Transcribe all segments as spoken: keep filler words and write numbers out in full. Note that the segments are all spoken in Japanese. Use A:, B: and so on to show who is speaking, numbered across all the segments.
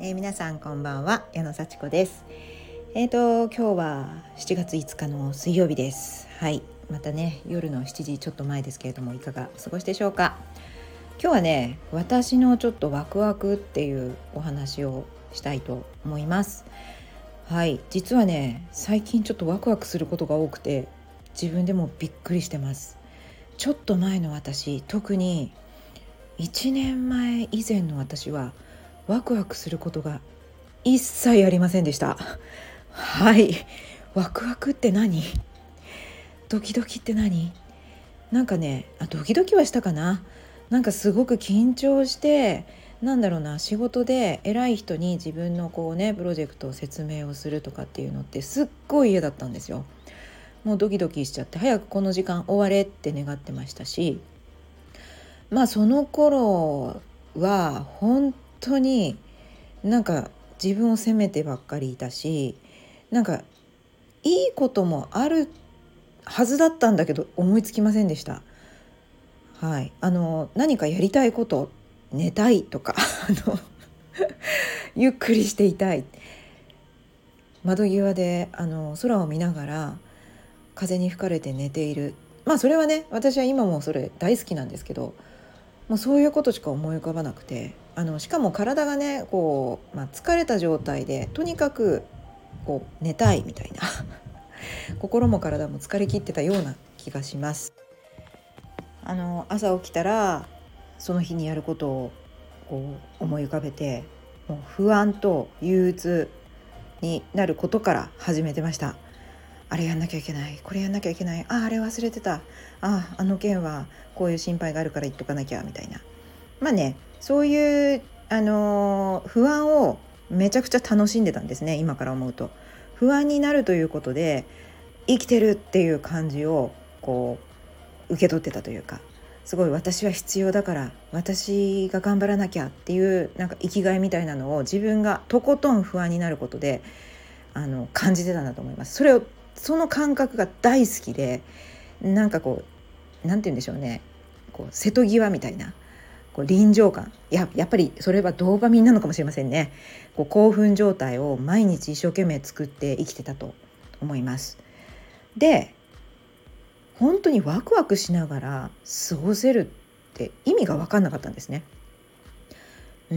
A: えー、皆さんこんばんは、矢野幸子です。えーと今日はしちがついつかの水曜日です。はい、またね夜のしちじちょっと前ですけれども、いかがお過ごしでしょうか。今日はね、私のちょっとワクワクっていうお話をしたいと思います。はい、実はね最近ちょっとワクワクすることが多くて、自分でもびっくりしてます。ちょっと前の私、特にいちねんまえ以前の私はワクワクすることが一切ありませんでした。はい、ワクワクって何？ドキドキって何？なんかね、あ、ドキドキはしたかな。なんかすごく緊張して、なんだろうな、仕事で偉い人に自分のこうねプロジェクトを説明をするとかっていうのってすっごい嫌だったんですよ。もうドキドキしちゃって、早くこの時間終われって願ってましたし、まあその頃は本当になんか自分を責めてばっかりいたし、なんかいいこともあるはずだったんだけど思いつきませんでした。はい、あの何かやりたいこと、寝たいとかあのゆっくりしていたい、窓際であの空を見ながら風に吹かれて寝ている。まあそれはね、私は今もそれ大好きなんですけど、もうそういうことしか思い浮かばなくて、あのしかも体がねこう、まあ、疲れた状態でとにかくこう寝たいみたいな心も体も疲れ切ってたような気がします。あの朝起きたらその日にやることをこう思い浮かべて、もう不安と憂鬱になることから始めてました。あれやんなきゃいけない、これやんなきゃいけない、ああれ忘れてた、ああの件はこういう心配があるから言っとかなきゃみたいな。まあね、そういう、あのー不安をめちゃくちゃ楽しんでたんですね。今から思うと不安になるということで生きてるっていう感じをこう受け取ってたというか、すごい私は必要だから私が頑張らなきゃっていうなんか生きがいみたいなのを自分がとことん不安になることであの感じてたんだと思います。それをその感覚が大好きで、なんかこうなんて言うんでしょうね、こう瀬戸際みたいなこう臨場感、や、やっぱりそれはドーパミンなのかもしれませんね。こう興奮状態を毎日一生懸命作って生きてたと思います。で、本当にワクワクしながら過ごせるって意味が分かんなかったんですね。うん、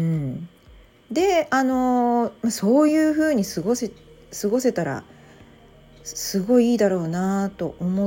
A: で、あのそういう風に過ごせ、過ごせたらすごいいいだろうなと思って、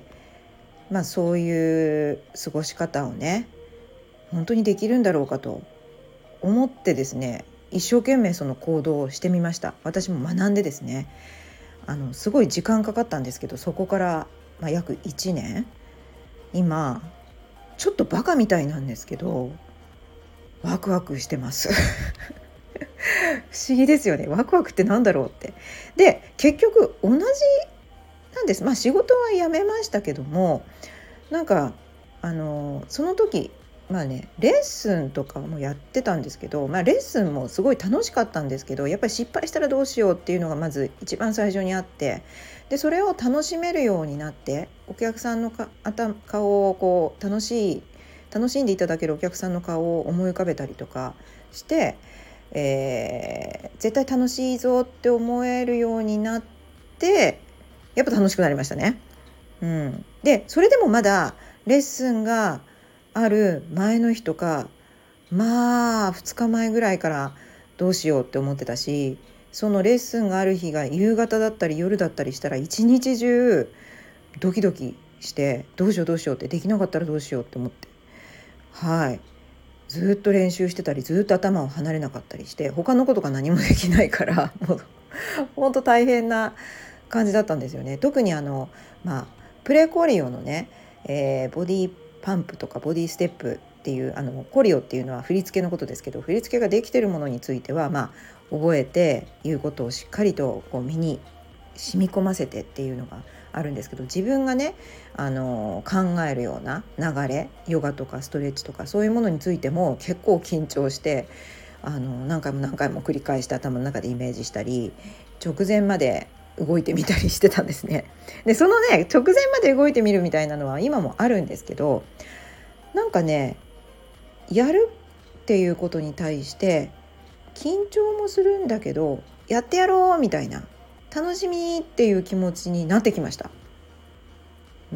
A: まあ、そういう過ごし方をね本当にできるんだろうかと思ってですね、一生懸命その行動をしてみました。私も学んでですね、あのすごい時間かかったんですけど、そこから、まあ、約いちねん、今ちょっとバカみたいなんですけどワクワクしてます不思議ですよね。ワクワクってなんだろうって。で、結局同じなんです。まあ仕事は辞めましたけども、なんかあのその時まあねレッスンとかもやってたんですけど、まあ、レッスンもすごい楽しかったんですけど、やっぱり失敗したらどうしようっていうのがまず一番最初にあって、でそれを楽しめるようになって、お客さんのか頭顔をこう楽しい楽しんでいただけるお客さんの顔を思い浮かべたりとかして、えー絶対楽しいぞって思えるようになって、やっぱ楽しくなりましたね。うん、でそれでもまだレッスンがある前の日とか、まあふつかまえぐらいからどうしようって思ってたし、そのレッスンがある日が夕方だったり夜だったりしたら一日中ドキドキして、どうしようどうしようって、できなかったらどうしようって思って、はいずっと練習してたり、ずっと頭を離れなかったりして、他のことが何もできないからもう本当大変な感じだったんですよね。特にあの、まあ、プレコリオのね、えーボディパンプとかボディステップっていう、あのコリオっていうのは振り付けのことですけど、振り付けができてるものについては、まあ、覚えて言うことをしっかりとこう身に染み込ませてっていうのがあるんですけど、自分がねあの考えるような流れ、ヨガとかストレッチとかそういうものについても結構緊張して、あの何回も何回も繰り返して頭の中でイメージしたり、直前まで動いてみたりしてたんですね。でそのね直前まで動いてみるみたいなのは今もあるんですけど、なんかねやるっていうことに対して緊張もするんだけどやってやろうみたいな楽しみっていう気持ちになってきました。うん、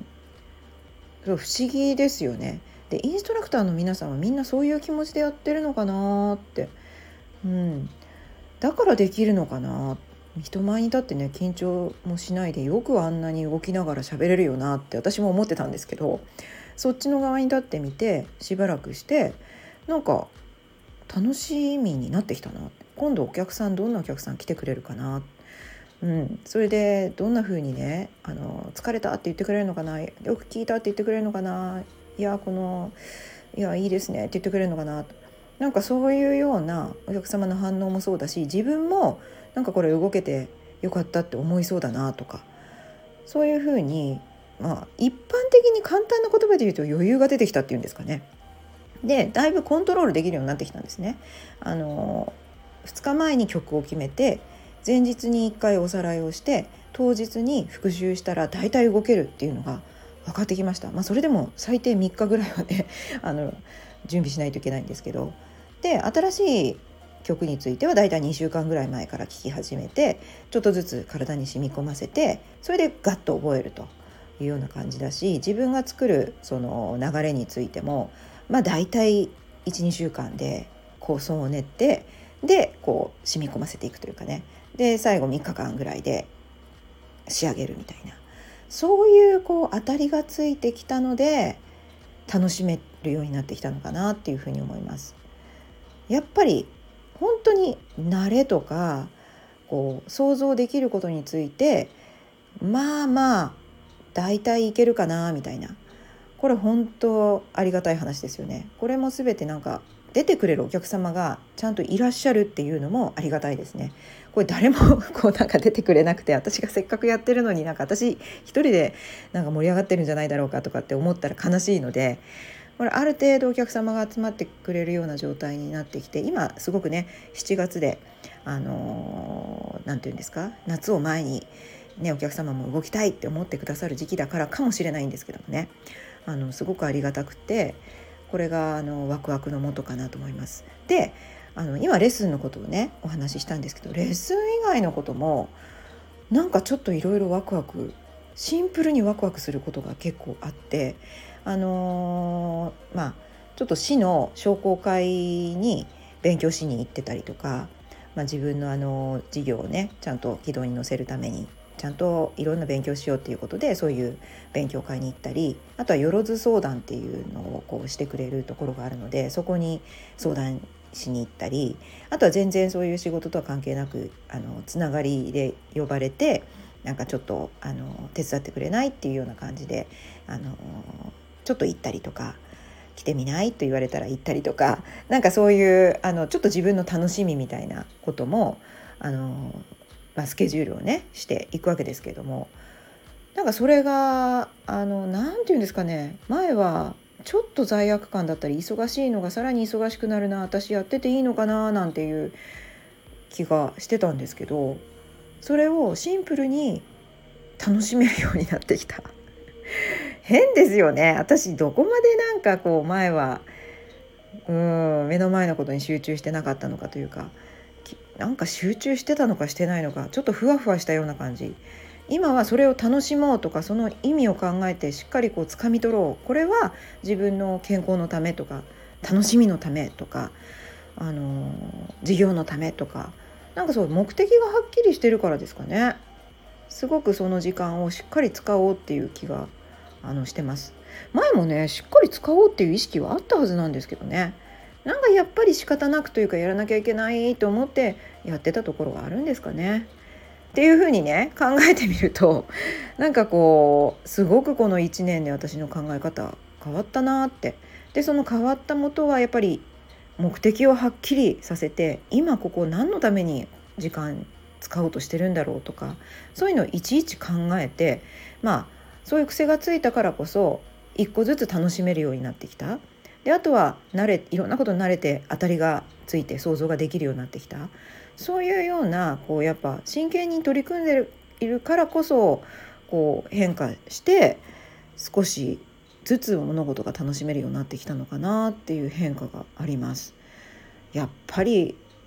A: そう不思議ですよね。でインストラクターの皆さんはみんなそういう気持ちでやってるのかなって、うん、だからできるのかな。人前に立ってね緊張もしないでよくあんなに動きながら喋れるよなって私も思ってたんですけど、そっちの側に立ってみてしばらくしてなんか楽しみになってきたな。今度お客さんどんなお客さん来てくれるかな、うん、それでどんな風にねあの疲れたって言ってくれるのかな、よく聞いたって言ってくれるのかな、いやこのいやいいですねって言ってくれるのかな、なんかそういうようなお客様の反応もそうだし、自分もなんかこれ動けてよかったって思いそうだなとか、そういう風にまあ一般的に簡単な言葉で言うと余裕が出てきたっていうんですかね。でだいぶコントロールできるようになってきたんですね。あのふつかまえに曲を決めて前日にいっかいおさらいをして当日に復習したら大体動けるっていうのが分かってきました。まあ、それでも最低みっかぐらいはねあの準備しないといけないんですけど、で新しい曲についてはだいたいにしゅうかんぐらい前から聴き始めてちょっとずつ体に染み込ませてそれでガッと覚えるというような感じだし、自分が作るその流れについてもまあだいたい いち,に 週間で構想を練ってでこう染み込ませていくというかね、で最後みっかかんぐらいで仕上げるみたいな、そういうこう当たりがついてきたので楽しめるようになってきたのかなっていうふうに思います。やっぱり本当に慣れとかこう想像できることについてまあまあだいたいいけるかなみたいな、これ本当ありがたい話ですよね。これも全てなんか出てくれるお客様がちゃんといらっしゃるっていうのもありがたいですね。これ誰もこうなんか出てくれなくて私がせっかくやってるのになんか私一人でなんか盛り上がってるんじゃないだろうかとかって思ったら悲しいので、これある程度お客様が集まってくれるような状態になってきて、今すごくねしちがつであのー、なんていうんですか、夏を前にねお客様も動きたいって思ってくださる時期だからかもしれないんですけどもね、あのすごくありがたくてこれがあのワクワクのもとかなと思います。であの今レッスンのことをねお話ししたんですけど、レッスン以外のこともなんかちょっといろいろワクワクシンプルにワクワクすることが結構あって、あのー、まあちょっと市の商工会に勉強しに行ってたりとか、まあ、自分のあの事業をねちゃんと軌道に乗せるためにちゃんといろんな勉強しようっていうことでそういう勉強会に行ったり、あとはよろず相談っていうのをこうしてくれるところがあるのでそこに相談しに行ったり、あとは全然そういう仕事とは関係なくあのつながりで呼ばれてなんかちょっとあの手伝ってくれないっていうような感じであのちょっと行ったりとか、来てみないと言われたら行ったりとか、なんかそういうあのちょっと自分の楽しみみたいなこともあの、まあ、スケジュールをねしていくわけですけれども、なんかそれがあのなんていうんですかね、前はちょっと罪悪感だったり忙しいのがさらに忙しくなるな、私やってていいのかななんていう気がしてたんですけど、それをシンプルに楽しめるようになってきた変ですよね。私どこまでなんかこう前はうーん目の前のことに集中してなかったのかというか、なんか集中してたのかしてないのかちょっとふわふわしたような感じ。今はそれを楽しもうとかその意味を考えてしっかりこう掴み取ろう、これは自分の健康のためとか楽しみのためとか、あの事業のためとか、なんかそう目的がはっきりしてるからですかね。すごくその時間をしっかり使おうっていう気があのしてます。前もねしっかり使おうっていう意識はあったはずなんですけどね、なんかやっぱり仕方なくというかやらなきゃいけないと思ってやってたところがあるんですかねっていうふうにね考えてみると、なんかこうすごくこのいちねんで私の考え方変わったなって。でその変わった元はやっぱり目的をはっきりさせて、今ここ何のために時間使おうとしてるんだろうとか、そういうのをいちいち考えて、まあそういう癖がついたからこそ一個ずつ楽しめるようになってきた。であとは慣れいろんなことに慣れて当たりがついて想像ができるようになってきた。そういうようなこうやっぱ真剣に取り組んでいるからこそこう変化して少しずつ物事が楽しめるようになってきたのかなっていう変化があります。やっぱり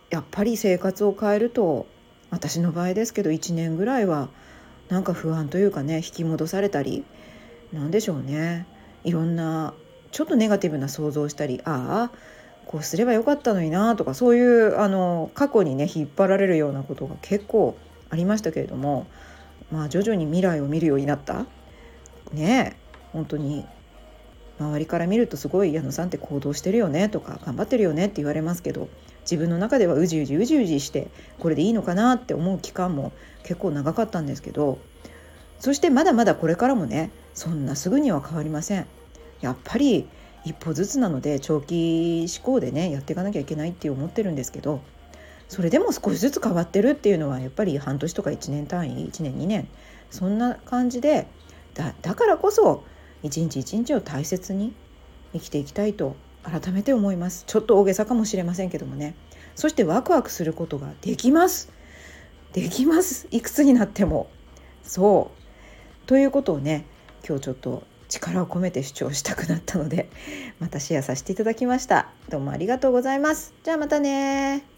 A: やっぱり生活を変えると、私の場合ですけどいちねんぐらいはなんか不安というかね、引き戻されたり、なんでしょうね、いろんなちょっとネガティブな想像をしたり、ああこうすればよかったのになとか、そういうあの過去にね引っ張られるようなことが結構ありましたけれども、まあ徐々に未来を見るようになったね。本当に周りから見るとすごい矢野さんって行動してるよねとか頑張ってるよねって言われますけど、自分の中ではうじうじうじうじしてこれでいいのかなって思う期間も結構長かったんですけど、そしてまだまだこれからもね、そんなすぐには変わりません。やっぱり一歩ずつなので、長期思考でねやっていかなきゃいけないって思ってるんですけど、それでも少しずつ変わってるっていうのはやっぱり半年とかいちねん単位、いちねんにねん、そんな感じで、だだからこそ一日一日を大切に生きていきたいと改めて思います。ちょっと大げさかもしれませんけどもね。そしてワクワクすることができますできますいくつになっても。そうということをね、今日ちょっと力を込めて主張したくなったので、またシェアさせていただきました。どうもありがとうございます。じゃあまたね。